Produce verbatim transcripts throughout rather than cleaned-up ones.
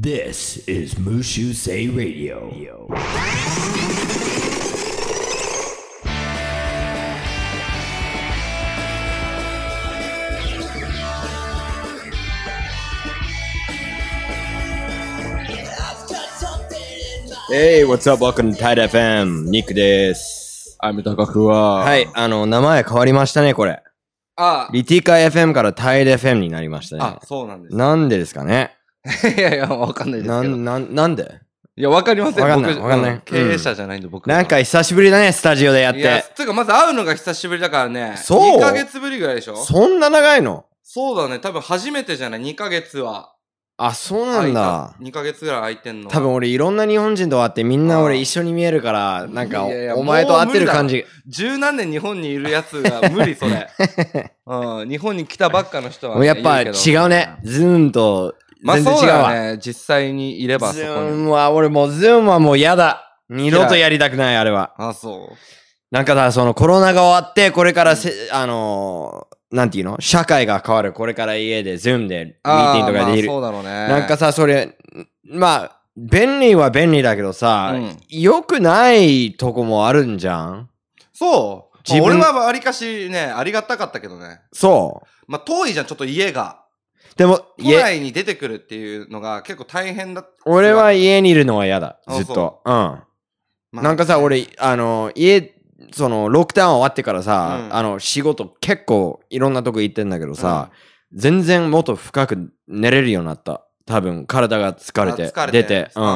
This is Mushu Say Radio. Hey, what's up? Welcome to Tide エフエム. ニックです。 あみたかくは。 はい、あの、名前変わりましたね、これ。 あリティカ エフエム から Tide エフエム になりましたね。 あ、そうなんです。 なんでですかね。 いやいや、わかんないですけど。 なん、なんでいや、わかりません。 わかんない。わかんない。 経営者じゃないんで、僕。 なんか久しぶりだね、スタジオでやって。いや、 つうか、まず会うのが久しぶりだからね。 そう ?にヶ月ぶりぐらいでしょ？ そんな長いの？ そうだね。多分初めてじゃない？ に ヶ月は。 あ、そうなんだ。 にかげつぐらい空いてんの。 多分俺いろんんな日本人と会ってみんな俺一緒に見えるから、なんかお前と会ってる感じ。 十何年日本にいるやつが無理それ。うん、日本に来たばっかの人は、 ね。やっぱ違うね。ズームと全然違うわ。まあそうだね。実際にいればそこに。 ズームは俺もうズームはもう嫌だ。二度とやりたくないあれは。 あ、そう。 なんかさ、そのコロナが終わってこれからせ、うん、あのー、なんていうの？社会が変わる。これから家で、ズームで、ミーティングとかできる。 まあ、そうだろうね。 なんかさ、それ、まあ、便利は便利だけどさ、うん、良くないとこもあるんじゃん？ そう。自分、まあ、俺はわりかしね、ありがたかったけどね。 そう。 まあ、遠いじゃん、ちょっと家が。 でも、 都内に出てくるっていうのが結構大変だった。 俺は家にいるのは嫌だ。ずっと。うん。まあ、なんかさ、俺、あの、家、そのロックダウン終わってからさ、うん、あの仕事結構いろんなとこ行ってんだけどさ、うん、全然もっと深く寝れるようになった。多分体が疲れて疲れて出て、うん、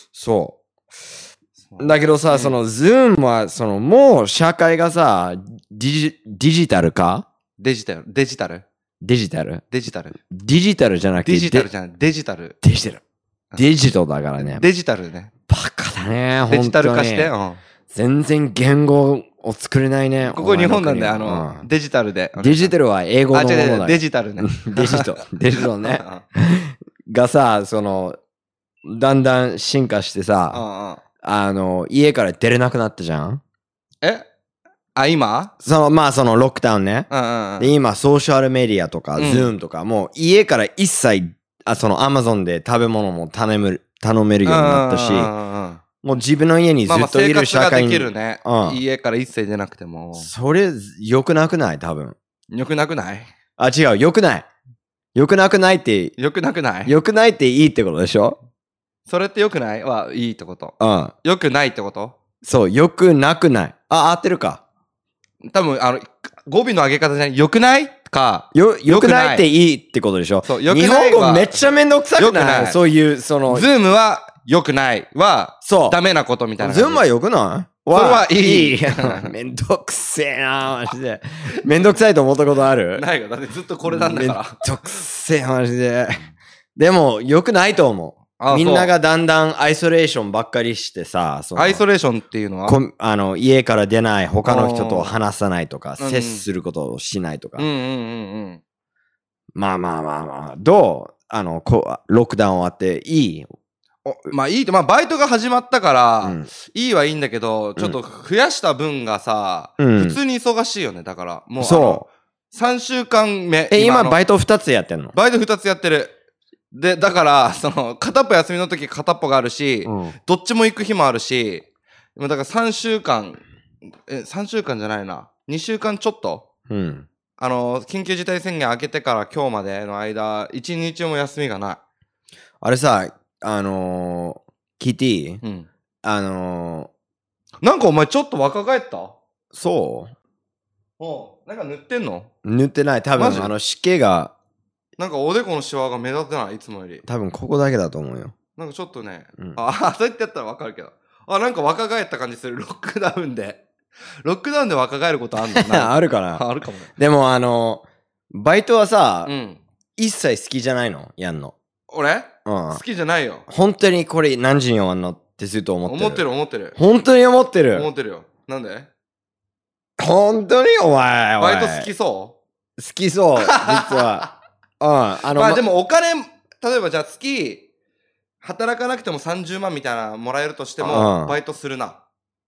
そうだけどさ、うん、そのズームはそのもう社会がさデジ、デジタルかデジタルデジタルデジタルデジタルデジタルじゃなくてデジタルじゃんデジタルデジタルデジタルだからねデジタルねバカだね本当にデジタル化して、うん全然言語を作れないね。 ここ日本なんで、あの、うん、デジタルで。 デジタルは英語のものだよ。 あ、違う違う、デジタルね。 デジタル。デジタルね。がさ、その、だんだん進化してさ、あの、家から出れなくなったじゃん？ えあ、今？ その、まあそのロックダウンね。 うんうん、 で、今、ソーシャルメディアとか、ズームとか、もう家から一切、あ、そのアマゾンで食べ物も頼める、頼めるようになったし、もう自分の家にずっといる社会に。 まあまあ生活ができるね、うん。家から一切出なくても。 それ、良くなくない？多分。 良くなくない？ あ、違う、良くない。良くなくないって。 良くなくない？ 良くないっていいってことでしょ？ それって良くないはいいってこと。 うん。 良くないってこと？ そう、良くなくない。あ、合ってるか。 多分、あの、語尾の上げ方じゃない。良くないか。 よ、良くないっていいってことでしょ？ そう、良くない。 日本語めっちゃめんどくさくない？そういう、その。 ズームは、良くないは、そう。ダメなことみたいな。 ズームは良くないそれはいい。 いいめんどくせえなマジで。めんどくさいと思ったことある？ ないよ。だってずっとこれなんだから。 めんどくせえマジで。でも、良くないと思う。みんながだんだんアイソレーションばっかりしてさ。 アイソレーションっていうのはあの、家から出ない、他の人と話さないとか、接することをしないとか。 うんうんうんうん。 まあまあまあまあ。どうあの、こロックダウン終わっていい？ まあいいと、まあバイトが始まったから、うん、いいはいいんだけど、ちょっと増やした分がさ、うん、普通に忙しいよね、だから。もう、そう。さんしゅうかんめ。 え、今バイトふたつやってんの？ バイトふたつやってる。で、だから、その、片っぽ休みの時片っぽがあるし、うん、どっちも行く日もあるし、だからさんしゅうかん、え、さんしゅうかんじゃないな。にしゅうかんちょっと。 うん。 あの、緊急事態宣言明けてから今日までの間、いちにちも休みがない。 あれさ、あのー、キティ、 うん、 あのー、なんかお前ちょっと若返った？ そうおうなんか塗ってんの？ 塗ってない。多分あの湿気がなんかおでこのシワが目立てないいつもより。 多分ここだけだと思うよ。 なんかちょっとね、うん、あ、そうやってやったらわかるけど。あ、なんか若返った感じする。ロックダウンで。ロックダウンで若返ることあんのなあるかなあるかもね。 でもあのー、バイトはさ、 うん、 一切好きじゃないのやんの。 俺？ うん、 好きじゃないよ。 本当にこれ何時に終わんのってずっと思ってる。 思ってる思ってる。 本当に思ってる。 思ってるよ。なんで？ 本当にお前。 バイト好きそう？ 好きそう、実は。うん。あの、まあでもお金、例えばじゃあ月、働かなくてもさんじゅうまんみたいなもらえるとしても、バイトするな。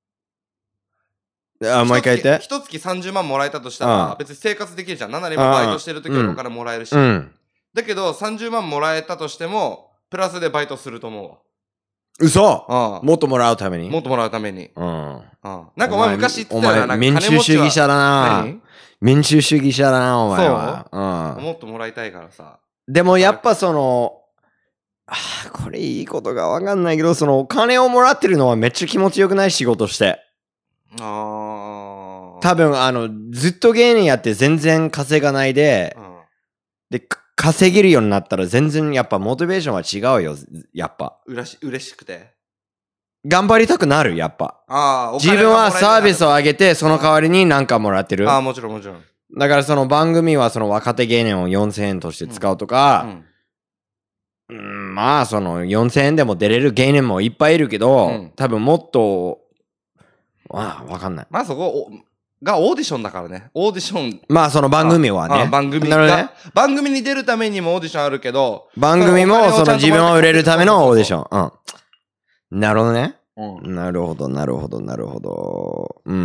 あ、もう一回言って。 一月さんじゅうまんもらえたとしたら、別に生活できるじゃん。ななにもバイトしてる時はお金もらえるし。 うん。 だけど、さんじゅうまんもらえたとしても、 プラスでバイトすると思うわ。 嘘、 うん、 もっともらうためにもっともらうために。 うん。うん。 なんかお前昔言ってたよな。 お前、民主主義者だな。民主主義者だな、お前は。 そう、うん。もっともらいたいからさ。 でもやっぱその、ああ、これいいことがわかんないけど、そのお金をもらってるのはめっちゃ気持ちよくない仕事して。 ああ。 多分、あの、ずっと芸人やって全然稼がないで、うん、で、稼げるようになったら全然やっぱモチベーションは違うよ、やっぱ。 うらし、嬉しくて。 頑張りたくなる、やっぱ。 ああ、 自分はサービスを上げて、その代わりに何かもらってる。 ああ、もちろんもちろん。 だからその番組はその若手芸人をよんせんえんとして使うとか、うんうんうん、まあそのよんせんえんでも出れる芸人もいっぱいいるけど、うん、多分もっと、まあわかんない。 まあそこがオーディションだからね。オーディション。 まあその番組はね。ああ番組が、ね、番組に出るためにもオーディションあるけど、 番組もその自分を売れるためのオーディション。うん。なるほどね。うん、なるほど、なるほど、なるほど。うん。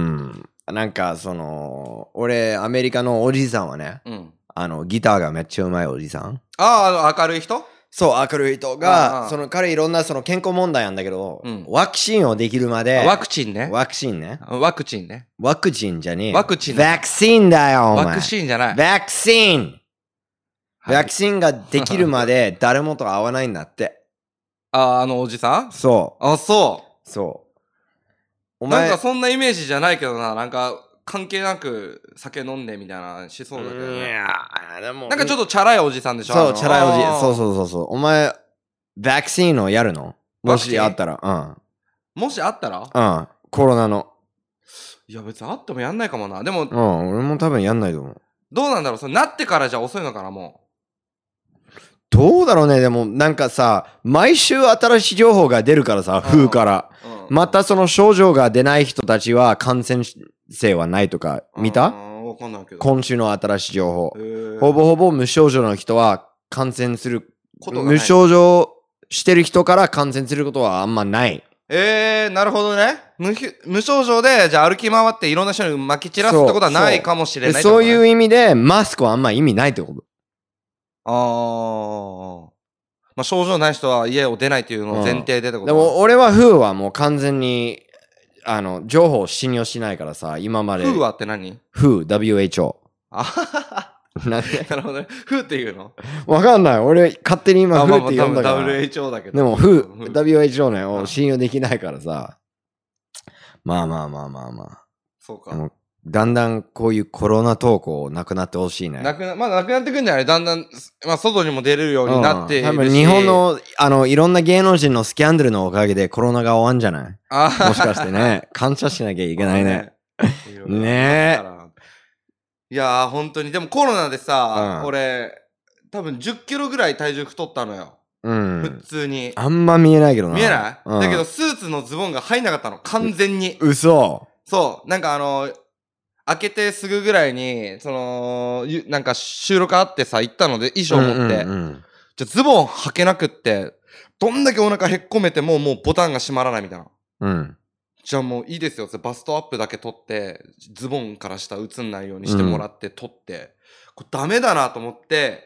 なんか、その、俺、アメリカのおじさんはね、うん、あの、ギターがめっちゃうまいおじさん。 ああ、あの、明るい人？ そう、明るい人が、その、彼いろんなその健康問題なんだけど、うん、ワクチンをできるまで。 ワクチンね。 ワクチンね。 ワクチンね。 ワクチンじゃねえ。 ワクチン。 ワクチンだよ、お前。 ワクチンじゃない。 ワクチン。ワクチンができるまで誰もと会わないんだって。 ああ、あのおじさん？ そう。 あ、そう。 そう。 お前なんかそんなイメージじゃないけどな、なんか関係なく酒飲んでみたいなしそうだけどね。いやでもなんかちょっとチャラいおじさんでしょ。 そう、チャラいおじ、そうそうそうそう。お前、ワクチンをやるの？もしあったら。うん。 もしあったら？ うん。コロナの。 いや別にあってもやんないかもな。でも、うん、 俺も多分やんないと思う。 どうなんだろう、それなってからじゃ遅いのかな、もう。 どうだろうね。でもなんかさ、毎週新しい情報が出るからさ、風から。またその症状が出ない人たちは感染性はないとか見た？ わかんないけど。 今週の新しい情報。ほぼほぼ無症状の人は感染することがない。無症状してる人から感染することはあんまない。 えー、なるほどね。無, 無症状で、じゃあ歩き回っていろんな人に撒き散らすってことはないかもしれない。 そう、そういう意味でマスクはあんま意味ないってこと。 あー。まあ、症状ない人は家を出ないっていうのを前提でってこと、うん、 でも俺はフーはもう完全にあの情報を信用しないからさ、今まで。 フーはって何？ フー ダブリューエイチオー。 あはは。なんで？なるほどね。フーって言うの？ わかんない。俺勝手に今フーって言うんだから。 ダブリューエイチオー だけど。 でもフー ダブリューエイチオー ねを信用できないからさ。まあまあまあまあまあ。 そうか。 だんだんこういうコロナ投稿なくなってほしいね。 なくな、まだなくなってくんじゃない？だんだん、まあ外にも出れるようになっているし、 うん、多分日本の、あの、いろんな芸能人のスキャンダルのおかげでコロナが終わんじゃない？あもしかしてね、感謝しなきゃいけないね。ねえ。 いやー、本当に。でもコロナでさ、うん、俺、多分じゅっキロぐらい体重太ったのよ。うん。普通に。 あんま見えないけどな。 見えない、うん、だけどスーツのズボンが入んなかったの。完全に。 う、嘘。 そう。なんかあの、開けてすぐぐらいに、その、なんか収録あってさ、行ったので衣装持って。うんうんうん、じゃズボン履けなくって、どんだけお腹へっこめてももうボタンが閉まらないみたいな。うん。じゃあもういいですよ。バストアップだけ取って、ズボンから下映んないようにしてもらって取って、うん、これダメだなと思って、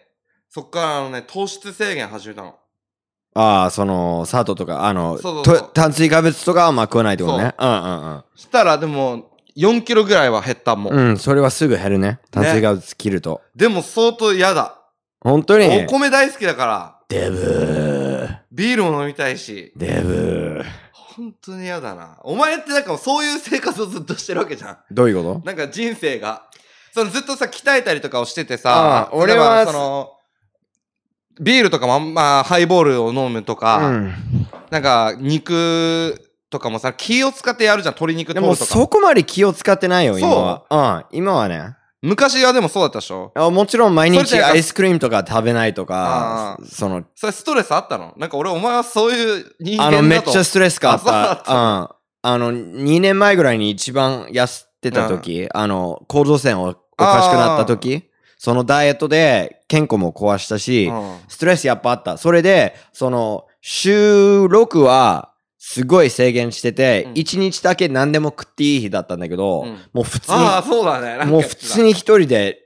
そっからあのね、糖質制限始めたの。 ああ、その、砂糖とか、あの、そうそうそう炭水化物とかはまあ食わないってことね。うんうんうん。 したらでも、よんキロぐらいは減ったもん。 うん、それはすぐ減るね。炭水化物切ると。ね、 でも相当嫌だ。 本当にお米大好きだから。 デブー。 ビールも飲みたいし。 デブー。 本当に嫌だな。お前ってなんかそういう生活をずっとしてるわけじゃん。 どういうこと？ なんか人生が。そのずっとさ、鍛えたりとかをしててさ、 俺は、 その、ビールとかもまあ、ハイボールを飲むとか、うん、なんか肉とかもさ、気を使ってやるじゃん、鶏肉取るとか。 でもそこまで気を使ってないよ、今は。うん、今はね。 昔はでもそうだったでしょ？ あ、もちろん毎日アイスクリームとか食べないとか、その。 それストレスあったの？なんか俺、お前はそういう人間だと。 あの、めっちゃストレスがあった。うん。あの、にねんまえぐらいに一番痩せてた時、うん、あの、甲状腺おかしくなった時、そのダイエットで健康も壊したし、うん、ストレスやっぱあった。それで、その、週ろくはすごい制限してて、うん、いちにちだけ何でも食っていい日だったんだけど、うん、もう普通に、 ああ、そうだね。 もう普通に一人で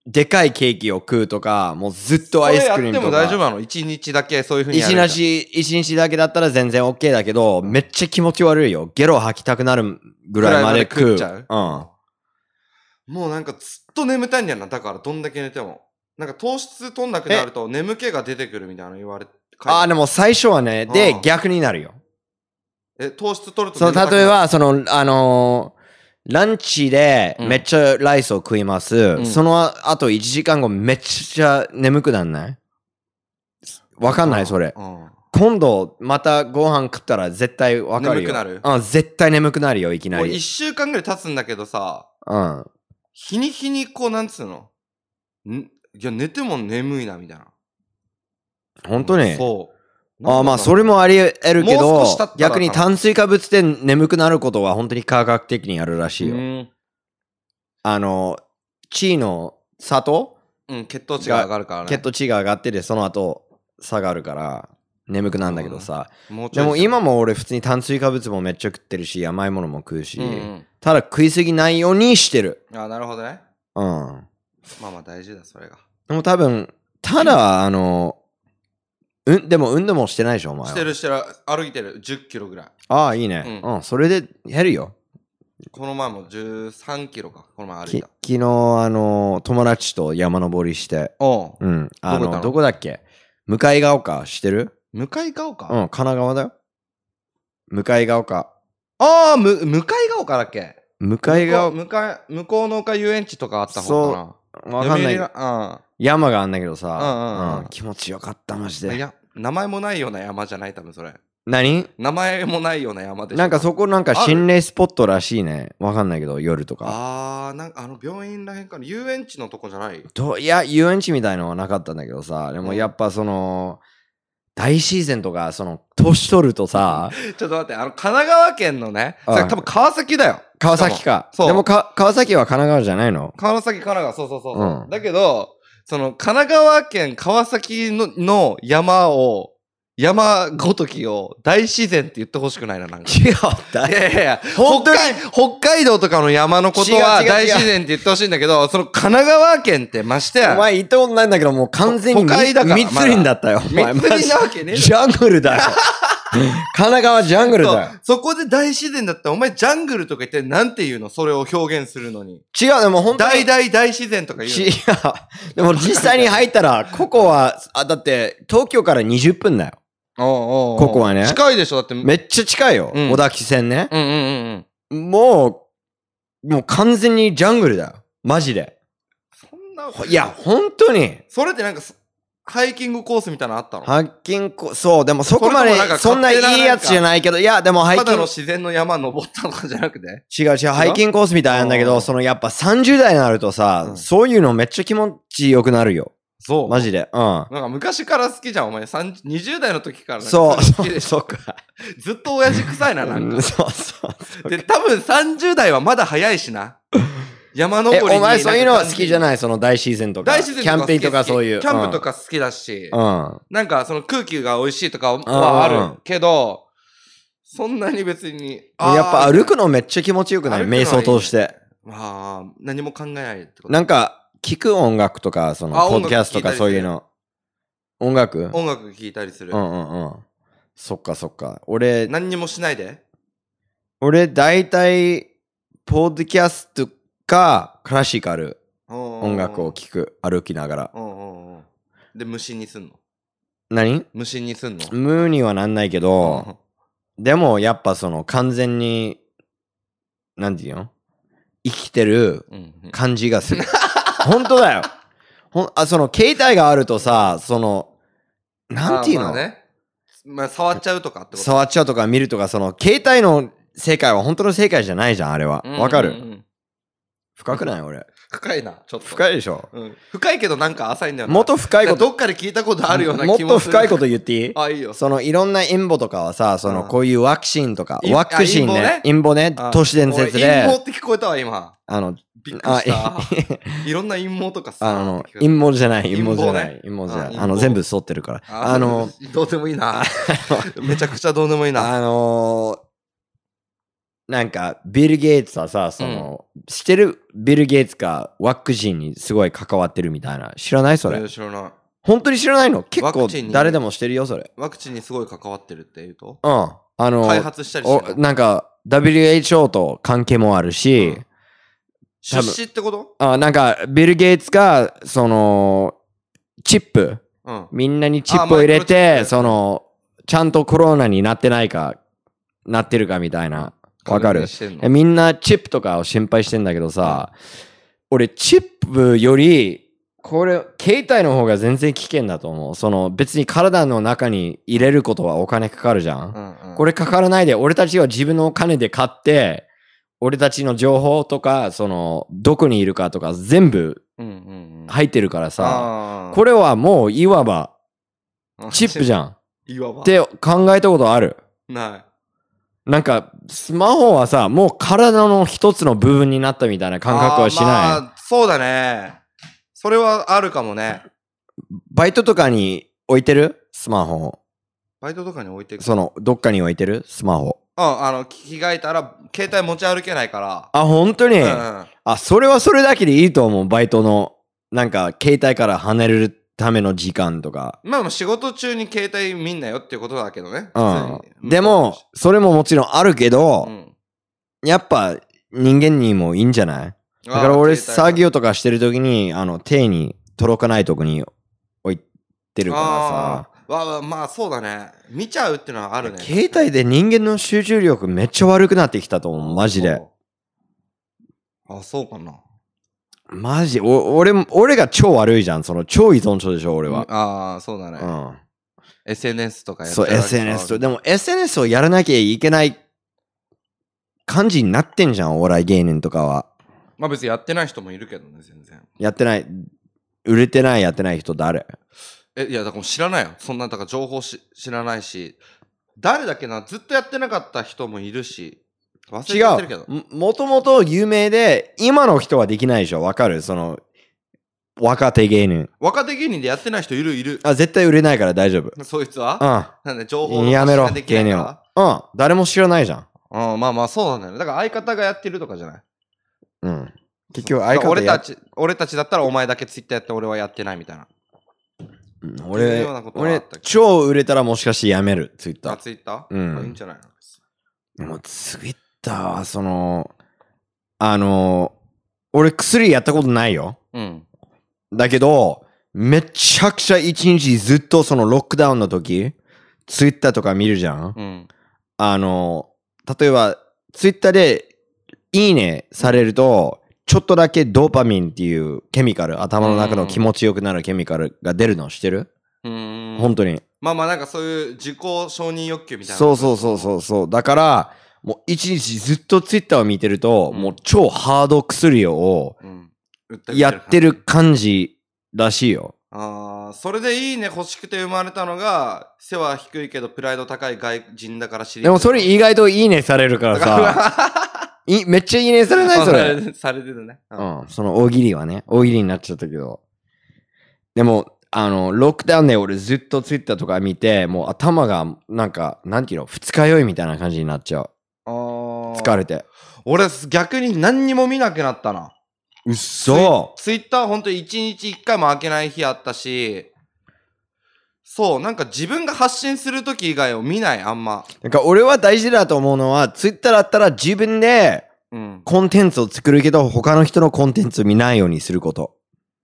でかいケーキを食うとか、もうずっとアイスクリームとか。 それやっても大丈夫なの？一日だけそういう風にやる一日、一日だけだったら全然 OK だけど、めっちゃ気持ち悪いよ。ゲロ吐きたくなるぐらいまで食う。 食っちゃう？ うん。 もうなんかずっと眠たいんだよな。だからどんだけ寝ても。なんか糖質取んなくなると眠気が出てくるみたいなの言われて。 ああ、でも最初はね、で、逆になるよ。 え、糖質取るとそう、例えば、その、あのー、ランチでめっちゃライスを食います。うん、その後いちじかんごめっちゃ眠くなんない？わかんないそれ。今度またご飯食ったら絶対わかるよ。 眠くなる？ うん、絶対眠くなるよ、いきなり。 もういっしゅうかんぐらい経つんだけどさ、 うん。 日に日にこう、なんつうの？んいや、寝ても眠いな、みたいな。 本当に？ そう。 ああ、まあ、それもあり得るけど、逆に炭水化物で眠くなることは本当に科学的にあるらしいよ。あの、血の砂糖？ うん、血糖値が上がるからね。 血糖値が上がってて、その後下がるから、眠くなるんだけどさ。もでも今も俺普通に炭水化物もめっちゃ食ってるし、甘いものも食うし、うんうん、ただ食いすぎないようにしてる。 ああ、なるほどね。 うん。 まあまあ大事だ、それが。 でも多分、ただ、あの、うん、でも運動もしてないでしょ、お前は。 してるしてる。歩いてる。じゅっキロぐらい。 ああ、いいね。うん、うん、それで減るよ。 この前もじゅうさんキロか。この前歩いた。 昨日、あの、友達と山登りして。 おう。 うん。あの、どこどこだっけ？向かいが丘、知ってる？ 向かいが丘？ うん、神奈川だよ。向かいが丘。 ああ、む、向かいが丘だっけ？ 向かいが丘。向かい、向こうの丘遊園地とかあった方かな。そう。わかんない。うん。山があんだけどさ。 うんうんうん。 気持ちよかった、マジで。 いや、名前もないような山じゃない、多分それ。 何？ 名前もないような山でしょ。 なんかそこなんか心霊スポットらしいね。わかんないけど、夜とか。 あー、なんかあの病院らへんかな。遊園地のとこじゃない？ と、いや、遊園地みたいのはなかったんだけどさ。でもやっぱその、大自然とか、その、年取るとさ。 ちょっと待って、あの、神奈川県のね、それ多分川崎だよ。 川崎か。 そう。 でもか、川崎は神奈川じゃないの？ 川崎、神奈川、そうそうそうそう、うん。だけど、その、神奈川県川崎のの山を、山ごときを大自然って言ってほしくないな、なんか。 違う。 いやいやいや、北海、北海道とかの山のことは大自然って言ってほしいんだけど、その神奈川県ってましてや。 お前言ったことないんだけど、もう完全に密林だったよ。 密林なわけねえ。 ジャングルだよ。神奈川ジャングルだよ。 そこで大自然だったら、お前ジャングルとか言ってなんて言うの？それを表現するのに。 違う、でも本当に。 大大大自然とか言うの？ 違う。でも実際に入ったら、ここは、あ、だって東京からにじゅっぷんだよ。 おうおうおうここはね。 近いでしょだって。 めっちゃ近いよ。うん、小田急線ね。 うんうんうんうん。もう、もう完全にジャングルだよ。マジで。 そんな。 いや、本当に。 それってなんか、ハイキングコースみたいなのあったの？ ハイキングコース、そう、でもそこまで、そんないいやつじゃないけど、いや、でもハイキング。 ただの自然の山登ったとかじゃなくて？ 違う違う、ハイキングコースみたいなんだけど、そのやっぱさんじゅう代になるとさ、うん、そういうのめっちゃ気持ちよくなるよ。 そう。 マジで。うん。なんか昔から好きじゃん、お前。にじゅう代の時からそう。 好きでそうか。 ずっと親父臭いな、なんか。 そうそうそう。 で、多分さんじゅう代はまだ早いしな。山登りに。 お前そういうのは好きじゃない？その大自然とか。 大自然とか。 キャンペーンとかそういう。 キャンプとか好きだし。 うん。 なんかその空気が美味しいとかはあるけど、そんなに別に。 やっぱ歩くのめっちゃ気持ちよくない？瞑想通して。 ああ、何も考えないってこと。 なんか、聞く音楽とか、その、ポッドキャストとかそういうの。音楽？ 音楽聴いたりする。 うんうんうん。そっかそっか。俺、 何にもしないで？ 俺、大体、ポッドキャストか、クラシカル音楽を聴く。歩きながら。 で、無心にすんの？ 何？ 無心にすんの？ 無にはなんないけど、でも、やっぱその、完全に、なんていうの？生きてる感じがする。本当だよ。ほん、あ、その、携帯があるとさ、その、なんていうの？ まあね。まあ、触っちゃうとかってこと？ 触っちゃうとか見るとか、その、携帯の世界は本当の世界じゃないじゃん、あれは。わかる？深くない？俺。 深いな、ちょっと。 深いでしょ？ うん。深いけどなんか浅いんだよな。 もっと深いこと。 どっかで聞いたことあるような気もする。 もっと深いこと言っていい？ あ、いいよ。 その、いろんな陰謀とかはさ、その、こういうワクチンとか、ワクチンね。陰謀ね。都市伝説で。 陰謀って聞こえたわ、今。 あの、 びっくりした。いろんな陰謀とかさ。 あの、陰謀じゃない、陰謀じゃない。陰謀じゃない。あの、全部沿ってるから。あの、 どうでもいいな。めちゃくちゃどうでもいいな。 あの、 なんか、ビル・ゲイツはさ、その、うん、知ってるビル・ゲイツがワクチンにすごい関わってるみたいな。知らないそれ。 知らない。 本当に知らないの？結構誰でも知ってるよ、それ。 ワクチンにすごい関わってるって言うと？ うん。あの、 開発したりしてる。 なんか、ダブリューエイチオー と関係もあるし、うん、 出資ってこと？ あ、なんか、ビル・ゲイツが、その、チップ、うん、みんなにチップを入れて、その、ちゃんとコロナになってないか、なってるかみたいな。わかる？みんなチップとかを心配してんだけどさ、うん、俺、チップより、これ、携帯の方が全然危険だと思う。その、別に体の中に入れることはお金かかるじゃん。うんうん、これかからないで、俺たちは自分のお金で買って、俺たちの情報とか、その、どこにいるかとか全部入ってるからさ、これはもういわば、チップじゃん。 いわば。 って考えたことある？ ない。 なんか、スマホはさ、もう体の一つの部分になったみたいな感覚はしない？まあ、 そうだね。それはあるかもね。 バイトとかに置いてる？スマホ。 バイトとかに置いてる？ その、どっかに置いてる？スマホ。 うん、あの、着替えたら、携帯持ち歩けないから。 あ、本当に？うん、 うん。 あ、それはそれだけでいいと思う。バイトの、なんか、携帯から離れるための時間とか。 まあ、仕事中に携帯見んなよっていうことだけどね。 うん。でも、それももちろんあるけど、うん、やっぱ、人間にもいいんじゃない？だから俺、作業とかしてるときに、あの、手に届かないとこに置いてるからさ。 わまあ、そうだね。見ちゃうってのはあるね。 携帯で人間の集中力めっちゃ悪くなってきたと思う。マジで。 あ、そうかな。 マジ、お俺、俺が超悪いじゃん。その、超依存症でしょ、俺は。 うん、ああ、そうだね。うん。エスエヌエス とかやってそう、エスエヌエス と。でも、エスエヌエス をやらなきゃいけない感じになってんじゃん、お笑い芸人とかは。 まあ別にやってない人もいるけどね、全然。 やってない、売れてない、やってない人誰？ え、いや、だから知らないよ。そんな、だから情報し知らないし、誰だっけな、ずっとやってなかった人もいるし、忘れちゃってるけど。 違う。もともと有名で、今の人はできないでしょ。わかる？その、若手芸人。 若手芸人でやってない人いるいる。 あ、絶対売れないから大丈夫。 そいつは？うん。なんで情報のやめろ、芸人は。うん。誰も知らないじゃん。 うん、まあまあそうなんだよね。だから相方がやってるとかじゃない。 うん。結局相方俺たち、俺たちだったらお前だけツイッターやって俺はやってないみたいな。 うん、俺、俺、超売れたらもしかしてやめる、ツイッター。 あ、ツイッター？ うん。 いいんじゃないの？ でもツイッターは、その、あの、俺薬やったことないよ。うん。だけど、めちゃくちゃ一日ずっとそのロックダウンの時、ツイッターとか見るじゃん。うん。あの、例えば、ツイッターでいいねされると、ちょっとだけドーパミンっていうケミカル、頭の中の気持ちよくなるケミカルが出るの知ってる？うん。本当に。 まあまあなんかそういう自己承認欲求みたいな。 そうそうそうそうそう。だから、もう一日ずっとツイッターを見てると、うん、もう超ハード薬をやってる感じらしいよ。 ああ、それでいいね欲しくて生まれたのが、背は低いけどプライド高い外人だから知りでもそれ意外といいねされるからさ。いめっちゃいいねされないそれ。 されてるね。 うん、うん。その大喜利はね、大喜利になっちゃったけど。でも、あの、ロックダウンで俺ずっとツイッターとか見て、もう頭がなんか、なんていうの、二日酔いみたいな感じになっちゃう。あ疲れて。 俺逆に何にも見なくなったな。 うっそツイッターほんと一日一回も開けない日あったし、そう、なんか自分が発信するとき以外を見ない、あんま。 なんか俺は大事だと思うのは、ツイッターだったら自分でコンテンツを作るけど、他の人のコンテンツを見ないようにすること。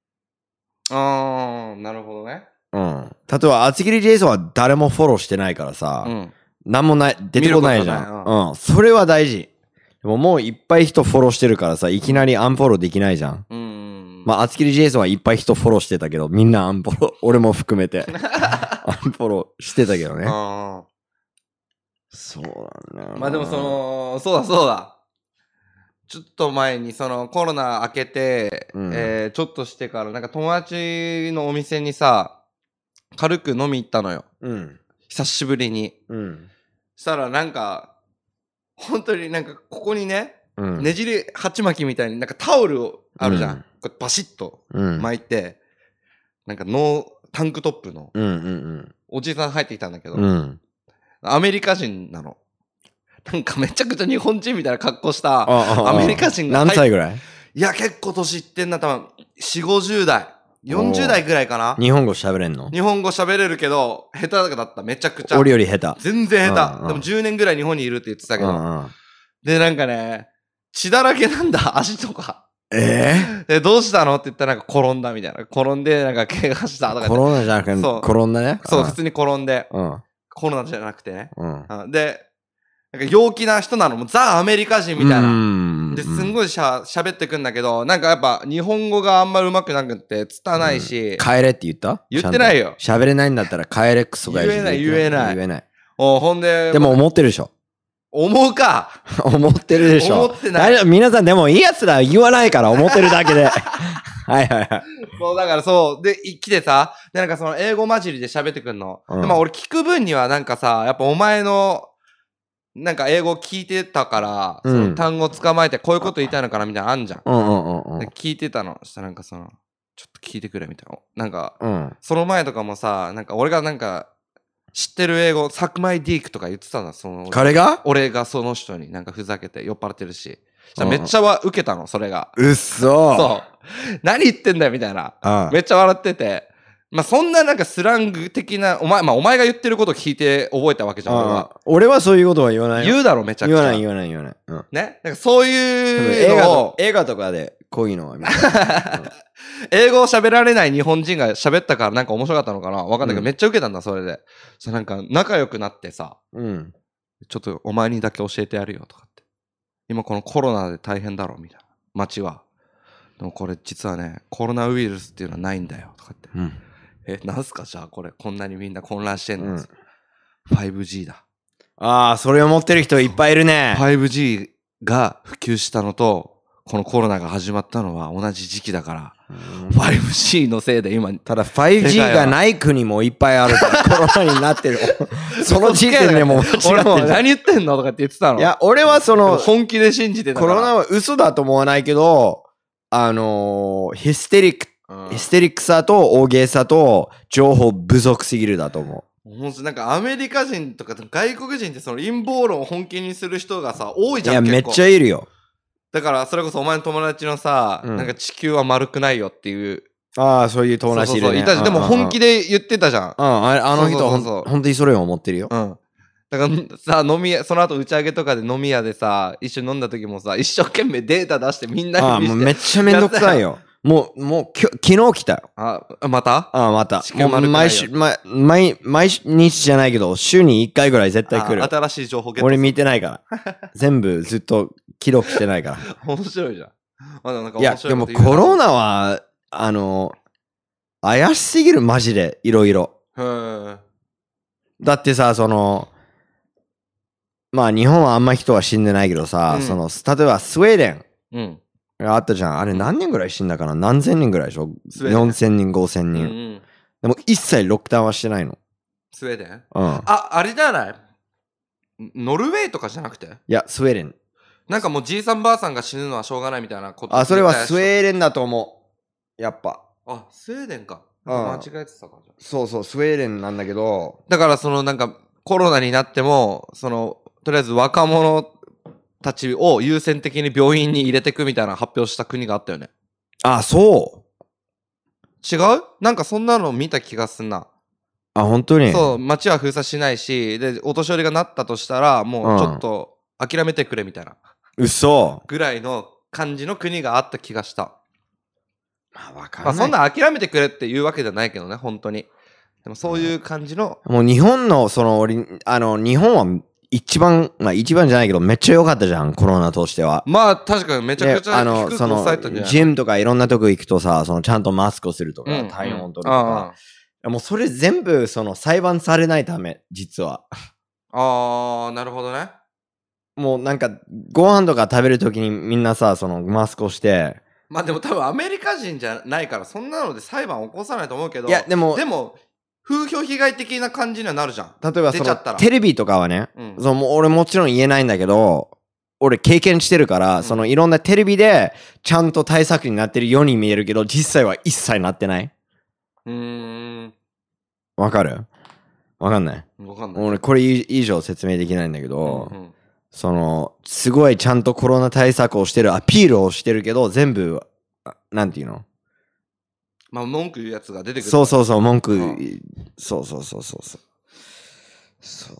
あー、なるほどね。 うん。例えば、厚切りジェイソンは誰もフォローしてないからさ、うん、なんもない、出てこないじゃん。うん、うん。それは大事。でももういっぱい人フォローしてるからさ、いきなりアンフォローできないじゃん。うん。まあ、厚切りジェイソンはいっぱい人フォローしてたけど、みんなアンフォロー、俺も含めて、アンフォローしてたけどね。ああ。そうなんだ。 まあでもその、そうだそうだ。ちょっと前にそのコロナ明けて、うん、えー、ちょっとしてからなんか友達のお店にさ、軽く飲み行ったのよ。うん。久しぶりに。うん。したらなんか、本当になんかここにね、うん、ねじり鉢巻きみたいになんかタオルをあるじゃん。うん、これバシッと巻いて、うん、なんかノータンクトップのおじさん入ってきたんだけど、うん、アメリカ人なの。 なんかめちゃくちゃ日本人みたいな格好したアメリカ人が。 何歳ぐらい？ いや、結構年いってんな、多分、よんじゅう、ごじゅう代。よんじゅう代ぐらいかな。 日本語喋れんの？ 日本語喋れるけど、下手だった、めちゃくちゃ。 俺より下手。 全然下手。でもじゅうねんぐらい日本にいるって言ってたけど。で、なんかね、血だらけなんだ、足とか。 えー、で、どうしたのって言ったらなんか転んだみたいな。転んで、なんか怪我したとか。 コロナじゃなくて、転んだね。 そう、普通に転んで。 うん。 コロナじゃなくてね。 うん。 で、なんか陽気な人なの、もうザ・アメリカ人みたいな。で、すんごいしゃ、喋ってくんだけど、なんかやっぱ日本語があんまり上手くなくて、つたないし、 うん。帰れって言った？ 言ってないよ。 喋れないんだったら帰れクソが言えない、言えない。 言えない。 お、ほんで。 でも思ってるでしょ。 思うか。 思ってるでしょ。 思ってない。 皆さんでもいいやつだ。言わないから思ってるだけで。はいはいはい。 そう、だからそう。で、来てさ、で、なんかその英語混じりで喋ってくんの。うん、でまあ俺聞く分にはなんかさ、やっぱお前の、なんか英語聞いてたから、うん、その単語捕まえてこういうこと言いたいのかなみたいなのあんじゃん。 うんうんうんうん、 で聞いてたの。そしたらなんかその、ちょっと聞いてくれみたいな。なんか、 うん、その前とかもさ、なんか俺がなんか、知ってる英語、サクマイディークとか言ってたんだ、その。 彼が？ 俺がその人になんかふざけて酔っ払ってるし。じゃめっちゃは受けたの、それが。 うっそー。 そう。何言ってんだよ、みたいな。 ああめっちゃ笑ってて。まあ、そんななんかスラング的な、お前、まあ、お前が言ってること聞いて覚えたわけじゃん、俺は。 俺はそういうことは言わないよ。 言うだろ、めちゃくちゃ。 言わない、言わない、言わない。うん、 ね。なんかそういうのを。 映画とかでこういうのは見た。 うん英語を喋られない日本人が喋ったからなんか面白かったのかなわかんないけど、うん、めっちゃ受けたんだ、それで。さ、なんか仲良くなってさ、 うん、 ちょっとお前にだけ教えてやるよとかって。今このコロナで大変だろみたいな。街は。でもこれ実はね、コロナウイルスっていうのはないんだよとかって。 うん、 え、なんすかじゃあこれ、こんなにみんな混乱してんの、うん、ファイブジー だ。 ああ、それを持ってる人いっぱいいるね。 ファイブジー が普及したのと、このコロナが始まったのは同じ時期だから、ファイブジー のせいで今、 ただ ファイブジー がない国もいっぱいあるからコロナになってる。その時点でもう俺も何言ってんのとかって言ってたの。 いや、俺はその、 本気で信じてたから。 コロナは嘘だと思わないけど、あのー、ヒステリック、うん、ヒステリックさと大げさと情報不足すぎるだと思う。 ほんとなんかアメリカ人とか外国人ってその陰謀論を本気にする人がさ、多いじゃん。 いや、めっちゃいるよ。 だからそれこそお前の友達のさ、うん、なんか地球は丸くないよっていう。 ああ、そういう友達いるね。そうそうそういたじゃん。でも本気で言ってたじゃん。 うん、あ, あの人は本当にそれを思ってるよ。 うん。だからさ、飲み屋、その後打ち上げとかで飲み屋でさ、一緒に飲んだ時もさ、一生懸命データ出してみんなに見せて。 ああ、もうめっちゃめんどくさいよ。もう、もう、き昨日来たよ。 あ、またああ、また。もう毎週、毎、毎、毎日じゃないけど、週にいっかいぐらい絶対来る。 新しい情報ゲット。 俺見てないから。全部ずっと記録してないから。 面白いじゃん。あなんかいや、でもコロナは、あの、怪しすぎる、マジで、いろいろ。だってさ、その、まあ日本はあんま人は死んでないけどさ、うん、その、例えばスウェーデン。 うんあったじゃん。あれ何人ぐらい死んだかな何千人ぐらいでしょ ?よんせんにん、ごせんにん、うんうん。でも一切ロックダウンはしてないの。 スウェーデンうん。 あ、 あれじゃないノルウェーとかじゃなくていや、スウェーデン。 なんかもうじいさんばあさんが死ぬのはしょうがないみたいなこと。 あ、それはスウェーデンだと思う。やっぱ。 あ、スウェーデンか。間違えてたかじゃ。 そうそう、スウェーデンなんだけど。 だからそのなんかコロナになっても、その、とりあえず若者、たちを優先的に病院に入れてくみたいな発表した国があったよね。 あ、そう違うなんかそんなの見た気がすんな。 あ、本当にそう、街は封鎖しないし、で、お年寄りがなったとしたら、もうちょっと諦めてくれみたいな。 うそぐらいの感じの国があった気がした。 まあ、わかんない。 まあ、そんな諦めてくれっていうわけじゃないけどね、本当に。でもそういう感じの。 もう日本の、その、あの、日本は、一番、まあ一番じゃないけど、めっちゃ良かったじゃん、コロナとしては。 まあ確かにめちゃくちゃ低く抑えたんじゃない？ あの、その、ジムとかいろんなとこ行くとさ、そのちゃんとマスクをするとか、うん、体温取るとか、うん、もうそれ全部、その裁判されないため、実は。 あー、なるほどね。 もうなんか、ご飯とか食べるときにみんなさ、そのマスクをして、 まあでも多分アメリカ人じゃないから、そんなので裁判起こさないと思うけど、 いや、でも、 でも、風評被害的な感じにはなるじゃん。 例えばそのテレビとかはね、うん、そのもう俺もちろん言えないんだけど、俺経験してるから、うん、そのいろんなテレビでちゃんと対策になってるように見えるけど、実際は一切なってない。 うーん。 わかる？わかんない。 わかんない。 俺これ以上説明できないんだけど、うんうん、 その、すごいちゃんとコロナ対策をしてる、アピールをしてるけど、全部、なんていうの？ まあ、文句言うやつが出てくる。 そうそうそう、文句、うん、そうそうそうそうそう。そう。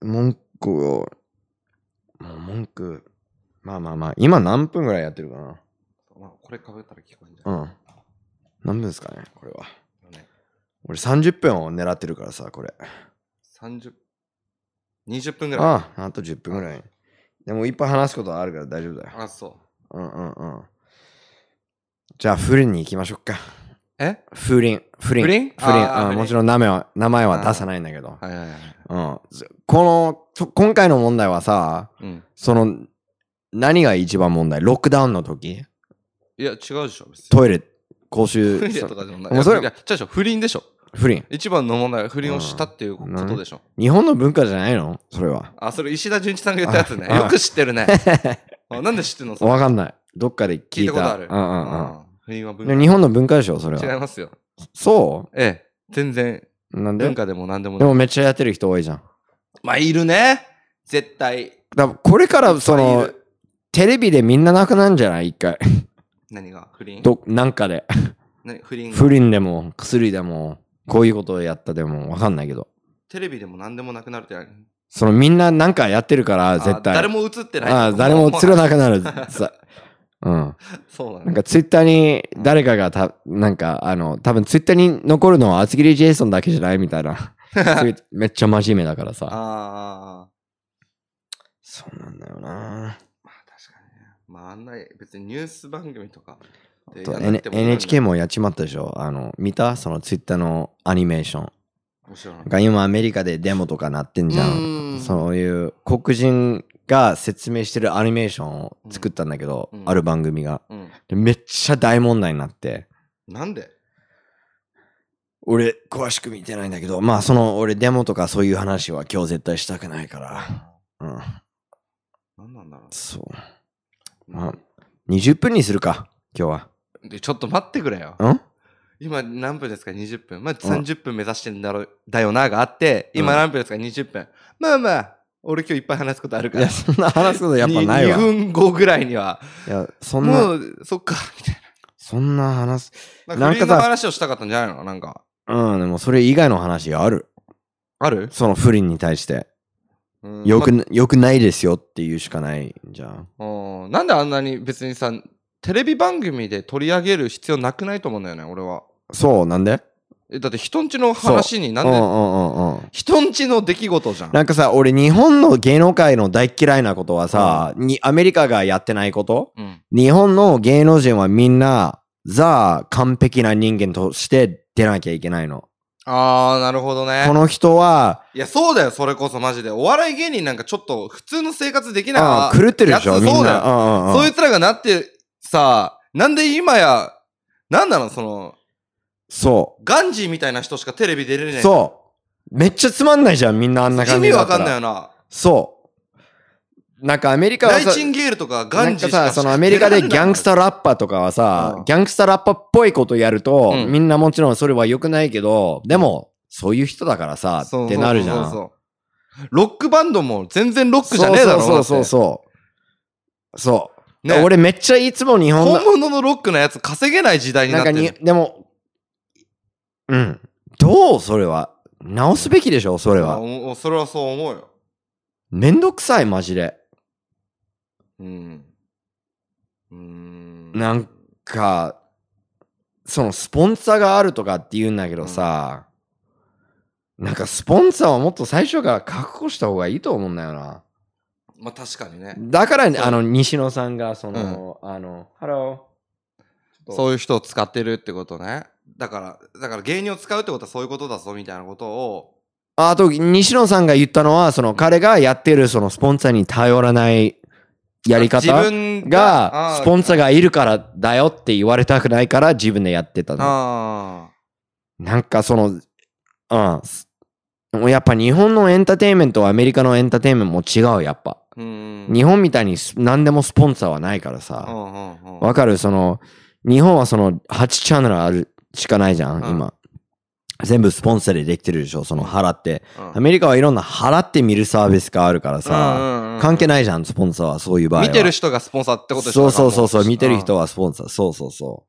文句を、もう文句、まあまあまあ、今何分ぐらいやってるかな？ まあ、これかぶったら聞こえるんじゃない？ うん。何分ですかね、これは。ね、俺さんじゅっぷんを狙ってるからさ、これ。 さんじゅう、にじゅっぷんぐらい。 ああ、あとじゅっぷんぐらい。でもいっぱい話すことあるから大丈夫だよ。 あ、そう。 うんうんうん。じゃあ、不倫に行きましょうか。 え？ 不倫。不倫。 不倫？ 不倫。うん、もちろん名前は、名前は出さないんだけど。 はいはいはい。 うん。この、今回の問題はさ、うん、その、何が一番問題？ロックダウンの時？ いや、違うでしょ、別に。 トイレ、公衆。 トイレとかでもない。もうそれ、いや、違うでしょ、不倫でしょ。 不倫。 一番の問題は不倫をしたっていうことでしょ。 うん、日本の文化じゃないの？それは。 あ、それ石田純一さんが言ったやつね。よく知ってるね。なんで知ってんの？ わかんない。どっかで聞いた。 聞いたことある。 うんうんうん。 不倫は文化。 日本の文化でしょ、それは。 違いますよ。 そう？ ええ。全然。 なんで？ 文化でもなんでもない。 でもめっちゃやってる人多いじゃん。 まあ、いるね。絶対。 だこれからその、テレビでみんななくなるんじゃない？一回。 何が？不倫？ ど、なんかで。 何？不倫？ 不倫でも、薬でも、こういうことをやったでもわかんないけど。 テレビでも何でもなくなるって何？ そのみんななんかやってるから絶対。 誰も映ってない。 ああ、誰も映らなくなる。さうん。 そうなんだ。 なんかツイッターに誰かがた、なんかあの、多分ツイッターに残るのは厚切りジェイソンだけじゃないみたいな。めっちゃ真面目だからさ。ああ。そうなんだよな。 まあ確かにね。まああんな別にニュース番組とか。 N、エヌエイチケー もやっちまったでしょ。あの、見た？そのツイッターのアニメーション。が今アメリカでデモとかなってんじゃん。そういう黒人が説明してるアニメーションを作ったんだけど、うん、ある番組が、うんで。めっちゃ大問題になって。 なんで？ 俺、詳しく見てないんだけど、まあその俺デモとかそういう話は今日絶対したくないから。うん。 なんなんだろう。 そう。まあ、にじゅっぷんにするか、今日は。 で、ちょっと待ってくれよ。 うん？ 今何分ですか？にじゅっぷん。まあ、さんじゅっぷん目指してんだろう、だよながあって、今何分ですか？にじゅっぷん。まあまあ、俺今日いっぱい話すことあるから。 いや、そんな話すことやっぱないわ。 にふんごぐらいには。 いや、そんな。 もう、そっか、みたいな。 そんな話す。 なんかさ、話をしたかったんじゃないの？なんか。 うん、でもそれ以外の話がある。 ある？ その不倫に対して。よく、ま、よくないですよっていうしかないじゃん。 うん。なんであんなに別にさ、テレビ番組で取り上げる必要なくないと思うんだよね、俺は。 そう、なんで？ え、だって人んちの話になんで、 うんうんうんうん、 人んちの出来事じゃん。 なんかさ、俺日本の芸能界の大嫌いなことはさ、うん、にアメリカがやってないこと、うん、日本の芸能人はみんなザ完璧な人間として出なきゃいけないの。 あー、なるほどね。 この人は、 いや、そうだよ、それこそマジで。お笑い芸人なんかちょっと普通の生活できない。 ああ、狂ってるでしょ、みんな。 そうだよ。 うんうん、 そういうつらがなってさ、なんで今や、なんなの、その、 そう。 ガンジーみたいな人しかテレビ出れない。 そう。めっちゃつまんないじゃん、みんなあんな感じだったら。 意味わかんないよな。 そう。なんかアメリカはさ、 ナイチンゲールとかガンジーしかなんかさ、そのアメリカでギャングスタラッパーとかはさ、うん、ギャングスタラッパーっぽいことやると、うん、みんなもちろんそれは良くないけど、でも、そういう人だからさ、ってなるじゃん。そうそうそうそう。ロックバンドも全然ロックじゃねえだろ。 そうそうそうそう。そう。ね、俺めっちゃいつも日本の本物のロックのやつ稼げない時代になってる。 なんかに、でも、うん。どうそれは。直すべきでしょそれは。 それはそう思うよ。 めんどくさい、マジで。 うん。うーん。 なんか、そのスポンサーがあるとかって言うんだけどさ、うん、なんかスポンサーはもっと最初から確保した方がいいと思うんだよな。 まあ確かにね。 だから、あの、西野さんが、その、うん、あの、ハロー。そういう人を使ってるってことね。だから、だから芸人を使うってことはそういうことだぞみたいなことを。 あと、西野さんが言ったのは、その彼がやってるそのスポンサーに頼らないやり方が、スポンサーがいるからだよって言われたくないから自分でやってたの。なんかその、うん。やっぱ日本のエンターテインメントとアメリカのエンターテインメントも違う、やっぱ。日本みたいに何でもスポンサーはないからさ。わかる？その、日本はそのはちチャンネルあるしかないじゃん、今。 全部スポンサーでできてるでしょ、その払って。 うん、 アメリカはいろんな払って見るサービスがあるからさ、うんうんうん、関係ないじゃん、スポンサーは、そういう場合は。 見てる人がスポンサーってことでしょ。 そうそうそう、見てる人はスポンサー。そうそうそう。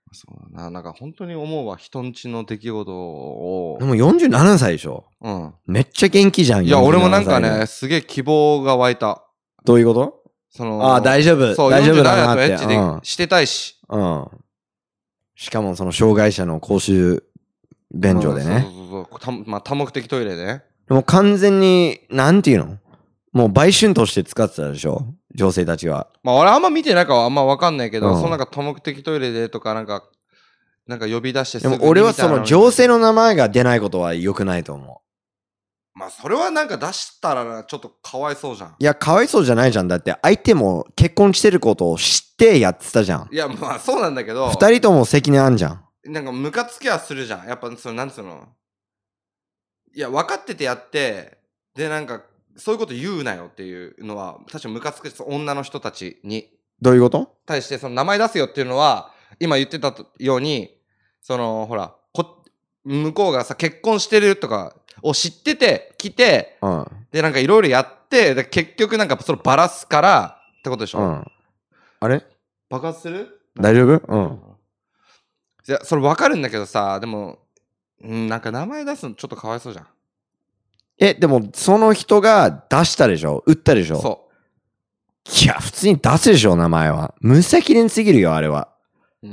そうな、なんか本当に思うわ、人んちの出来事を。 でもよんじゅうななさいでしょ。うん。めっちゃ元気じゃん。 いや、俺もなんかね、すげえ希望が湧いた。 どういうこと？そのああ、大丈夫。 そう、 大丈夫だなって。よんじゅうななとエッチでしてたいし。 うん。しかもその障害者の公衆便所でね。 そうそうそう。まあ、多目的トイレで。 でも完全に、なんていうの？もう売春として使ってたでしょ、女性たちは。 まあ俺あんま見てないからあんま分かんないけど、うん、そのなんか多目的トイレでとかなんか、なんか呼び出してすぐにみたいな。 でも俺はその女性の名前が出ないことは良くないと思う。まあそれはなんか出したらちょっとかわいそうじゃん。 いや、かわいそうじゃないじゃん。だって相手も結婚してることを知ってやってたじゃん。 いやまあそうなんだけど。 二人とも責任あんじゃん。 なんかムカつきはするじゃん。やっぱそのなんつうの。いや分かっててやって、でなんか、そういうこと言うなよっていうのは、確かにムカつく女の人たちに。 どういうこと？ 対して、その名前出すよっていうのは、今言ってたように、その、ほら、こ、向こうがさ、結婚してるとかを知ってて、来て、うん、で、なんかいろいろやって、で、結局なんかそれバラすから、ってことでしょ？うん、 あれ？ 爆発する？ 大丈夫？うん。 いや、それ分かるんだけどさ、でも、うん、なんか名前出すのちょっとかわいそうじゃん。 え、でも、その人が出したでしょ？売ったでしょ？そう。いや、普通に出すでしょ、名前は。無責任すぎるよ、あれは。うん。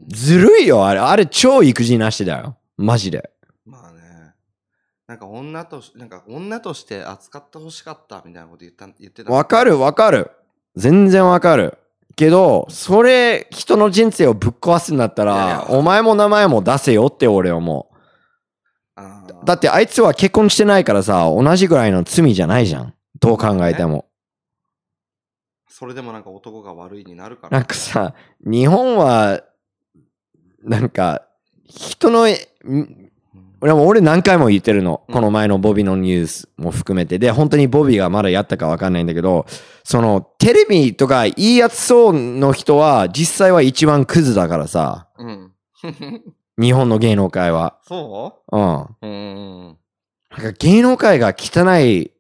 ずるいよ、あれ。あれ、超育児なしだよ。マジで。 まあね。なんか女と、なんか女として扱ってほしかったみたいなこと言った、言ってた。 わかる、わかる。全然わかる。けど、それ、人の人生をぶっ壊すんだったら、いやいやお前も名前も出せよって俺思う。だってあいつは結婚してないからさ、同じぐらいの罪じゃないじゃん。どう考えても。ね、 それでもなんか男が悪いになるから。 なんかさ、日本は、なんか、人の、俺も俺何回も言ってるの。この前のボビーのニュースも含めて。で、本当にボビーがまだやったかわかんないんだけど、その、テレビとかいいやつそうの人は、実際は一番クズだからさ。うん。日本の芸能界は。 そう？ うん。うん。なんか芸能界が汚い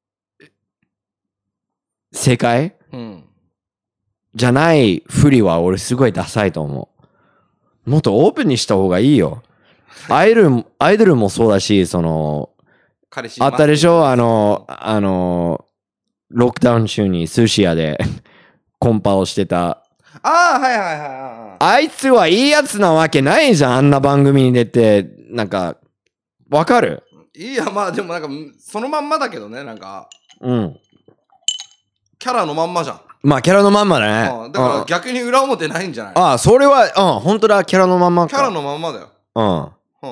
世界、うん、じゃないふりは俺すごいダサいと思う。もっとオープンにした方がいいよ。アイドル、アイドルもそうだし、その、あったでしょ？あの、あの、ロックダウン中に寿司屋でコンパをしてた。 ああ、はいはいはい。 あいつはいいやつなわけないじゃん。あんな番組に出て、なんか、わかる？ いや、まあでもなんか、そのまんまだけどね、なんか。 うん。 キャラのまんまじゃん。 まあ、キャラのまんまだね。 うん、だから逆に裏表ないんじゃない？ ああ、それは、うん、本当だ、キャラのまんまか。 キャラのまんまだよ。うん。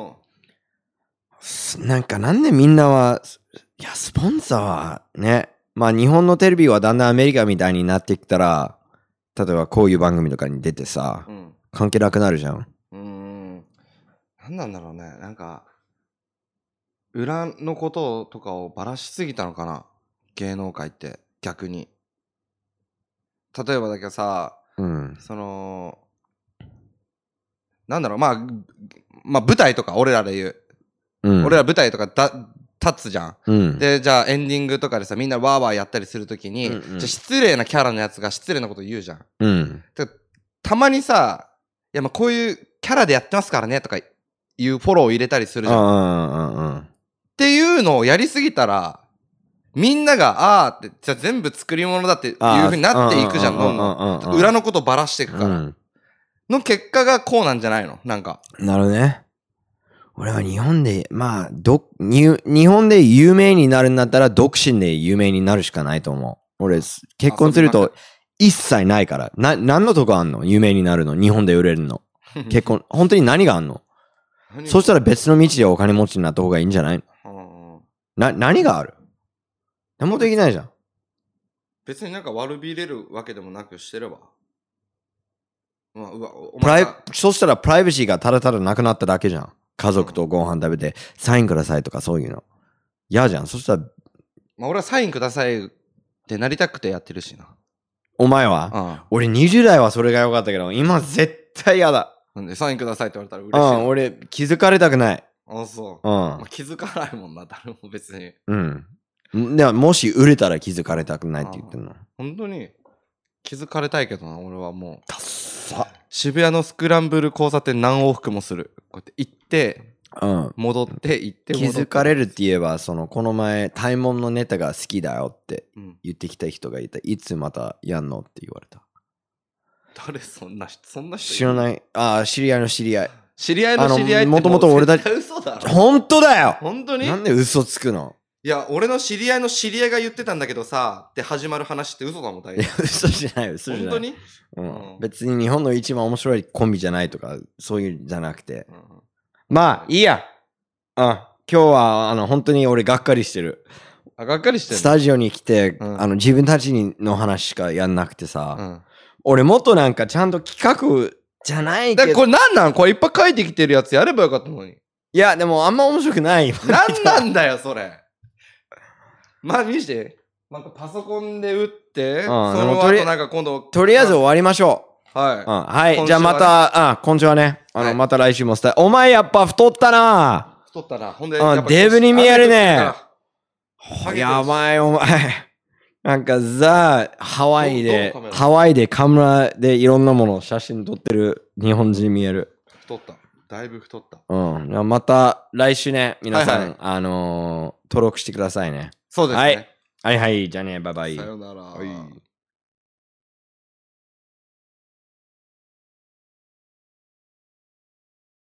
うん。なんか、なんでみんなは、いや、スポンサーはね、まあ、日本のテレビはだんだんアメリカみたいになってきたら、例えばこういう番組とかに出てさ、うん、関係なくなるじゃん。うーん。 なんなんだろうね。なんか、裏のこととかをばらしすぎたのかな。芸能界って、逆に。例えばだけどさ、うん、その、なんだろう、まあ、まあ舞台とか俺らで言う。うん、俺ら舞台とかだ立つじゃん、うん、でじゃあエンディングとかでさみんなワーワーやったりするときに、うんうん、じゃあ失礼なキャラのやつが失礼なこと言うじゃん、うん、たまにさいやまあこういうキャラでやってますからねとかいうフォローを入れたりするじゃん、うんうんうん、っていうのをやりすぎたらみんながあーってじゃあ全部作り物だっていう風になっていくじゃん、どんどん裏のことばらしていくから、うん、の結果がこうなんじゃないの？なんかなるほどね。俺は日本で、まあ、ど、日本で有名になるんだったら、独身で有名になるしかないと思う。俺、結婚すると、一切ないから。な、何のとこあんの？有名になるの？日本で売れるの？結婚、本当に何があんの？そしたら別の道でお金持ちになった方がいいんじゃないの？な、何がある？何もできないじゃん。 別になんか悪びれるわけでもなくしてれば。 まあ、うわ、お前がそしたらプライバシーがただただなくなっただけじゃん。家族とご飯食べて、サインくださいとかそういうの。嫌じゃん。そしたら。 まあ俺はサインくださいってなりたくてやってるしな。 お前は、うん、俺にじゅう代はそれが良かったけど、今絶対嫌だ。 なんで、サインくださいって言われたら嬉しい。 うん、俺、気づかれたくない。 あ、そう。 うん。 まあ、気づかないもんな、誰も別に。 うん。でも、もし売れたら気づかれたくないって言ってんの。 本当に気づかれたいけどな、俺はもう。 ダッサ。 渋谷のスクランブル交差点何往復もする。こうやって行って、 うん、 戻って行って気づかれるって言えば、そのこの前タイモンのネタが好きだよって言ってきた人がいた、いつまたやんのって言われた。 誰そんな人、そんな人知らない。ああ、知り合いの知り合い。 知り合いの知り合いってもともと俺たち嘘だろ。 本当だよ。 本当になんで嘘つくの。 いや、俺の知り合いの知り合いが言ってたんだけどさって始まる話って嘘だもん、大体。 いや、嘘じゃない嘘じゃない。 本当に、 うんうん、 別に日本の一番面白いコンビじゃないとかそういうんじゃなくて、うん、まあいいや。うん、今日はあの本当に俺がっかりしてる。 あ、がっかりしてる。 スタジオに来て、 うん、 あの自分たちの話しかやんなくてさ、 うん、 俺もっとなんかちゃんと企画じゃないけど。 だこれなんなんこれいっぱい書いてきてるやつやればよかったのに。 いやでもあんま面白くない。 なんなんだよそれ。まあ見して。なんかパソコンで打って、うん、その後なんか今度とりあえず終わりましょう。 はい。 うん、はい。じゃあまた、あ、今週はね、あの、はい、また来週もスタイル。お前やっぱ太ったな。 太ったな。ほんで、 うん、デブに見えるね。やばい、お前。なんかザ・ハワイで、ハワイでカメラでいろんなものを写真撮ってる日本人に見える。 太った。だいぶ太った。 うん。また来週ね、皆さん、はいはい、あのー、登録してくださいね。 そうですね。 はい、はいはい。じゃあね、バイバイ。 さよなら。はい